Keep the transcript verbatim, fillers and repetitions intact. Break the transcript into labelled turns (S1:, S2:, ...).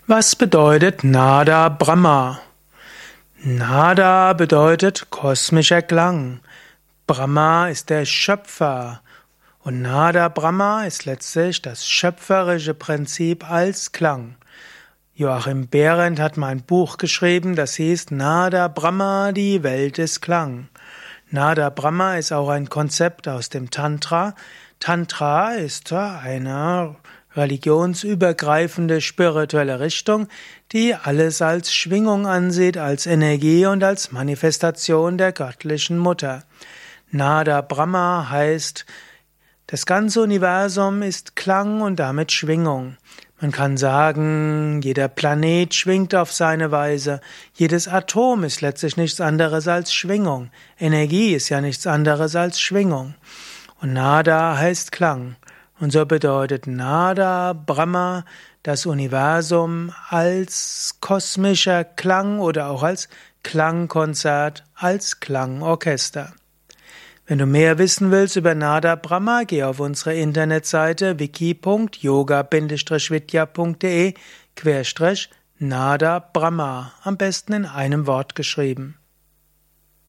S1: Was bedeutet Nada Brahma? Nada bedeutet kosmischer Klang. Brahma ist der Schöpfer. Und Nada Brahma ist letztlich das schöpferische Prinzip als Klang. Joachim Behrendt hat mal ein Buch geschrieben, das hieß Nada Brahma, die Welt ist Klang. Nada Brahma ist auch ein Konzept aus dem Tantra. Tantra ist eine religionsübergreifende spirituelle Richtung, die alles als Schwingung ansieht, als Energie und als Manifestation der göttlichen Mutter. Nada Brahma heißt, das ganze Universum ist Klang und damit Schwingung. Man kann sagen, jeder Planet schwingt auf seine Weise. Jedes Atom ist letztlich nichts anderes als Schwingung. Energie ist ja nichts anderes als Schwingung. Und Nada heißt Klang. Und so bedeutet Nada Brahma das Universum als kosmischer Klang oder auch als Klangkonzert, als Klangorchester. Wenn du mehr wissen willst über Nada Brahma, geh auf unsere Internetseite wiki punkt yoga bindestrich vidya punkt de Querstrich Nada Brahma, am besten in einem Wort geschrieben.